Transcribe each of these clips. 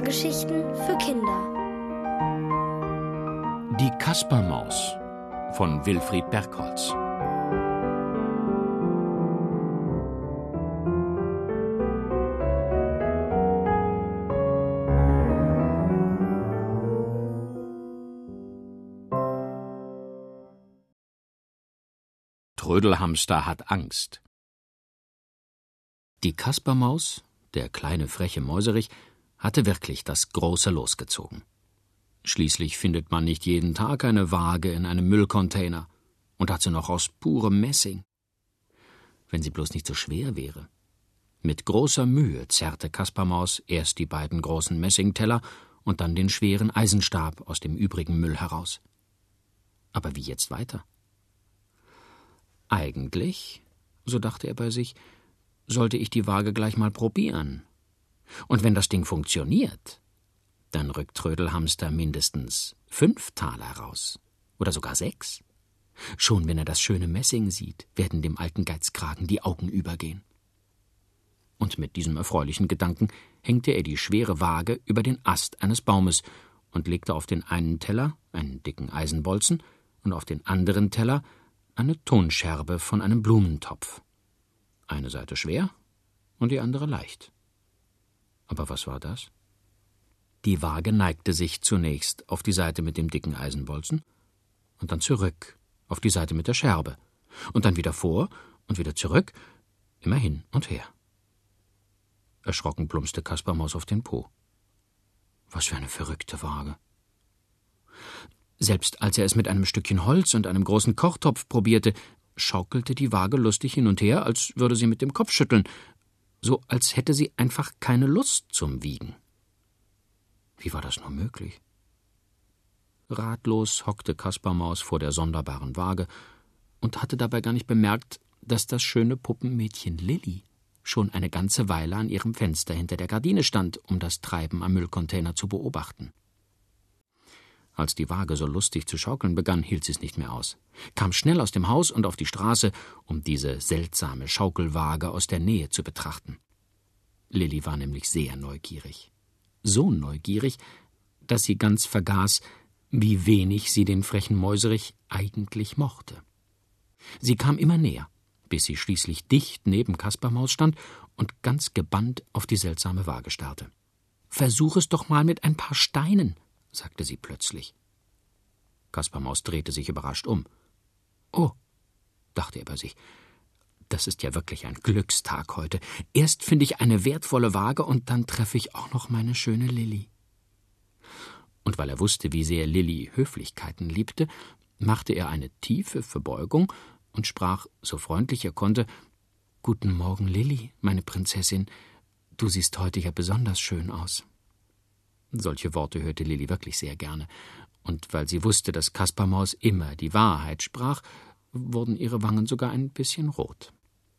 Hörgeschichten für Kinder. Die Kaspermaus von Wilfried Bergholz. Trödelhamster hat Angst. Die Kaspermaus, der kleine freche Mäuserich, hatte wirklich das große Los gezogen. Schließlich findet man nicht jeden Tag eine Waage in einem Müllcontainer und dazu noch aus purem Messing. Wenn sie bloß nicht so schwer wäre. Mit großer Mühe zerrte Kaspermaus erst die beiden großen Messingteller und dann den schweren Eisenstab aus dem übrigen Müll heraus. Aber wie jetzt weiter? Eigentlich, so dachte er bei sich, sollte ich die Waage gleich mal probieren. Und wenn das Ding funktioniert, dann rückt Trödelhamster mindestens 5 Taler raus. Oder sogar 6. Schon wenn er das schöne Messing sieht, werden dem alten Geizkragen die Augen übergehen. Und mit diesem erfreulichen Gedanken hängte er die schwere Waage über den Ast eines Baumes und legte auf den einen Teller einen dicken Eisenbolzen und auf den anderen Teller eine Tonscherbe von einem Blumentopf. Eine Seite schwer und die andere leicht. Aber was war das? Die Waage neigte sich zunächst auf die Seite mit dem dicken Eisenbolzen und dann zurück auf die Seite mit der Scherbe und dann wieder vor und wieder zurück, immer hin und her. Erschrocken plumpste Kaspermaus auf den Po. Was für eine verrückte Waage. Selbst als er es mit einem Stückchen Holz und einem großen Kochtopf probierte, schaukelte die Waage lustig hin und her, als würde sie mit dem Kopf schütteln, so als hätte sie einfach keine Lust zum Wiegen. Wie war das nur möglich? Ratlos hockte Kaspermaus vor der sonderbaren Waage und hatte dabei gar nicht bemerkt, dass das schöne Puppenmädchen Lilli schon eine ganze Weile an ihrem Fenster hinter der Gardine stand, um das Treiben am Müllcontainer zu beobachten. Als die Waage so lustig zu schaukeln begann, hielt sie es nicht mehr aus, kam schnell aus dem Haus und auf die Straße, um diese seltsame Schaukelwaage aus der Nähe zu betrachten. Lilli war nämlich sehr neugierig. So neugierig, dass sie ganz vergaß, wie wenig sie den frechen Mäuserich eigentlich mochte. Sie kam immer näher, bis sie schließlich dicht neben Kaspermaus stand und ganz gebannt auf die seltsame Waage starrte. »Versuch es doch mal mit ein paar Steinen«, sagte sie plötzlich. Kaspermaus drehte sich überrascht um. »Oh«, dachte er bei sich, »das ist ja wirklich ein Glückstag heute. Erst finde ich eine wertvolle Waage und dann treffe ich auch noch meine schöne Lilli.« Und weil er wusste, wie sehr Lilli Höflichkeiten liebte, machte er eine tiefe Verbeugung und sprach, so freundlich er konnte, »Guten Morgen, Lilli, meine Prinzessin. Du siehst heute ja besonders schön aus.« Solche Worte hörte Lilli wirklich sehr gerne, und weil sie wusste, dass Kaspermaus immer die Wahrheit sprach, wurden ihre Wangen sogar ein bisschen rot.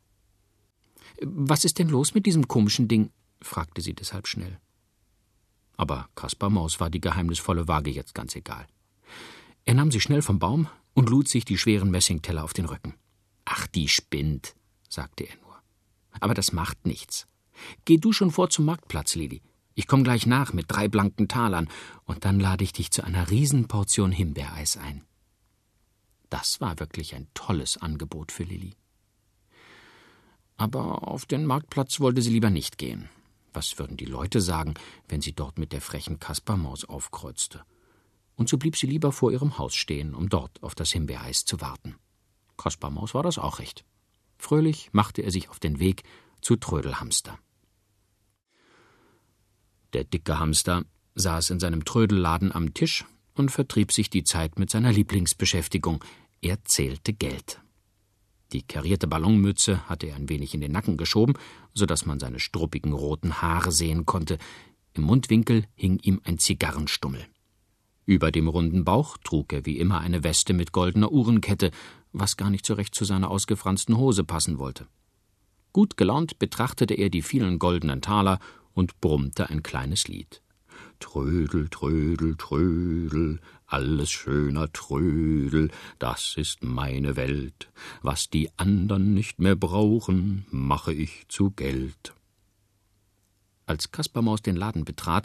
»Was ist denn los mit diesem komischen Ding?« fragte sie deshalb schnell. Aber Kaspermaus war die geheimnisvolle Waage jetzt ganz egal. Er nahm sie schnell vom Baum und lud sich die schweren Messingteller auf den Rücken. »Ach, die spinnt«, sagte er nur. »Aber das macht nichts. Geh du schon vor zum Marktplatz, Lilli. Ich komme gleich nach mit 3 blanken Talern und dann lade ich dich zu einer Riesenportion Himbeereis ein.« Das war wirklich ein tolles Angebot für Lilli. Aber auf den Marktplatz wollte sie lieber nicht gehen. Was würden die Leute sagen, wenn sie dort mit der frechen Kaspermaus aufkreuzte? Und so blieb sie lieber vor ihrem Haus stehen, um dort auf das Himbeereis zu warten. Kaspermaus war das auch recht. Fröhlich machte er sich auf den Weg zu Trödelhamster. Der dicke Hamster saß in seinem Trödelladen am Tisch und vertrieb sich die Zeit mit seiner Lieblingsbeschäftigung. Er zählte Geld. Die karierte Ballonmütze hatte er ein wenig in den Nacken geschoben, so dass man seine struppigen roten Haare sehen konnte. Im Mundwinkel hing ihm ein Zigarrenstummel. Über dem runden Bauch trug er wie immer eine Weste mit goldener Uhrenkette, was gar nicht so recht zu seiner ausgefransten Hose passen wollte. Gut gelaunt betrachtete er die vielen goldenen Taler und brummte ein kleines Lied. »Trödel, Trödel, Trödel, alles schöner Trödel, das ist meine Welt. Was die andern nicht mehr brauchen, mache ich zu Geld.« Als Kaspermaus den Laden betrat,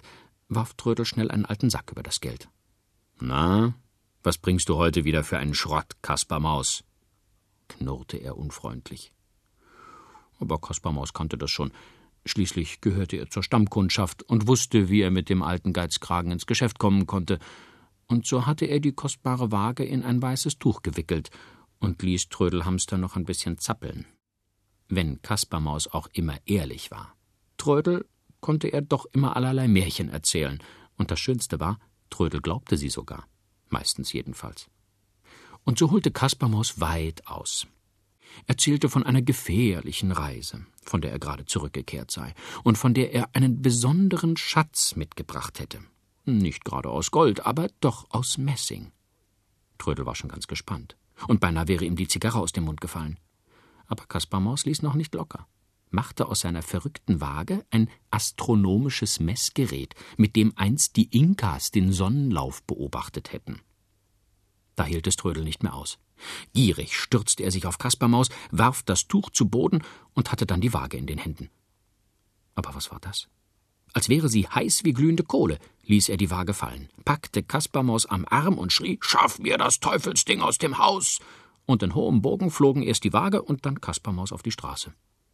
warf Trödel schnell einen alten Sack über das Geld. »Na, was bringst du heute wieder für einen Schrott, Kaspar Maus?« knurrte er unfreundlich. Aber Kaspar Maus kannte das schon. Schließlich gehörte er zur Stammkundschaft und wusste, wie er mit dem alten Geizkragen ins Geschäft kommen konnte. Und so hatte er die kostbare Waage in ein weißes Tuch gewickelt und ließ Trödelhamster noch ein bisschen zappeln. Wenn Kaspar Maus auch immer ehrlich war. Trödel konnte er doch immer allerlei Märchen erzählen, und das Schönste war, Trödel glaubte sie sogar, meistens jedenfalls. Und so holte Kaspar Maus weit aus, erzählte von einer gefährlichen Reise, von der er gerade zurückgekehrt sei und von der er einen besonderen Schatz mitgebracht hätte. Nicht gerade aus Gold, aber doch aus Messing. Trödel war schon ganz gespannt, und beinahe wäre ihm die Zigarre aus dem Mund gefallen. Aber Kaspar Maus ließ noch nicht locker, machte aus seiner verrückten Waage ein astronomisches Messgerät, mit dem einst die Inkas den Sonnenlauf beobachtet hätten. Da hielt es Trödel nicht mehr aus. Gierig stürzte er sich auf Kaspar Maus, warf das Tuch zu Boden und hatte dann die Waage in den Händen. Aber was war das? Als wäre sie heiß wie glühende Kohle, ließ er die Waage fallen, packte Kaspar Maus am Arm und schrie: »Schaff mir das Teufelsding aus dem Haus!« Und in hohem Bogen flogen erst die Waage und dann Kaspar Maus auf die Straße.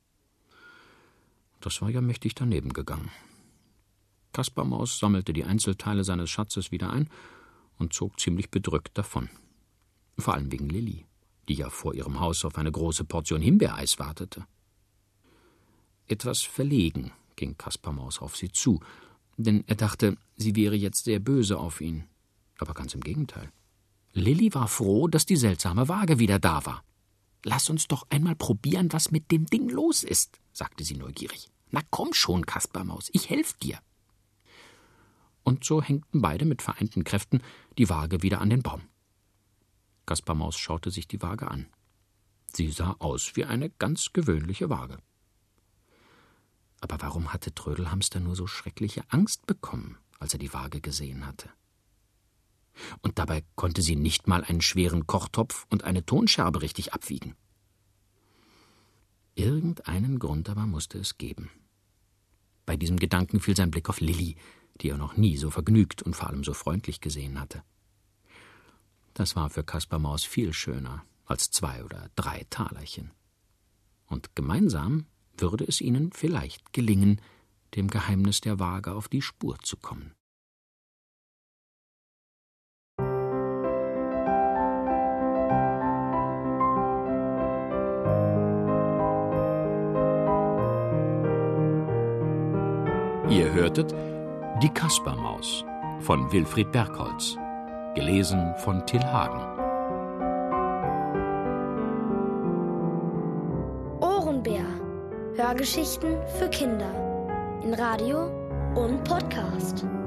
Das war ja mächtig daneben gegangen. Kaspar Maus sammelte die Einzelteile seines Schatzes wieder ein und zog ziemlich bedrückt davon. Vor allem wegen Lilli, die ja vor ihrem Haus auf eine große Portion Himbeereis wartete. Etwas verlegen ging Kaspar Maus auf sie zu, denn er dachte, sie wäre jetzt sehr böse auf ihn. Aber ganz im Gegenteil. Lilli war froh, dass die seltsame Waage wieder da war. »Lass uns doch einmal probieren, was mit dem Ding los ist«, sagte sie neugierig. »Na komm schon, Kaspar Maus, ich helfe dir.« Und so hängten beide mit vereinten Kräften die Waage wieder an den Baum. Kaspar Maus schaute sich die Waage an. Sie sah aus wie eine ganz gewöhnliche Waage. Aber warum hatte Trödelhamster nur so schreckliche Angst bekommen, als er die Waage gesehen hatte? Und dabei konnte sie nicht mal einen schweren Kochtopf und eine Tonscherbe richtig abwiegen. Irgendeinen Grund aber musste es geben. Bei diesem Gedanken fiel sein Blick auf Lilli, die er noch nie so vergnügt und vor allem so freundlich gesehen hatte. Das war für Kaspar Maus viel schöner als 2 oder 3 Talerchen. Und gemeinsam würde es ihnen vielleicht gelingen, dem Geheimnis der Waage auf die Spur zu kommen. Ihr hörtet Die Kaspar-Maus von Wilfried Bergholz, gelesen von Till Hagen. Ohrenbär. Hörgeschichten für Kinder in Radio und Podcast.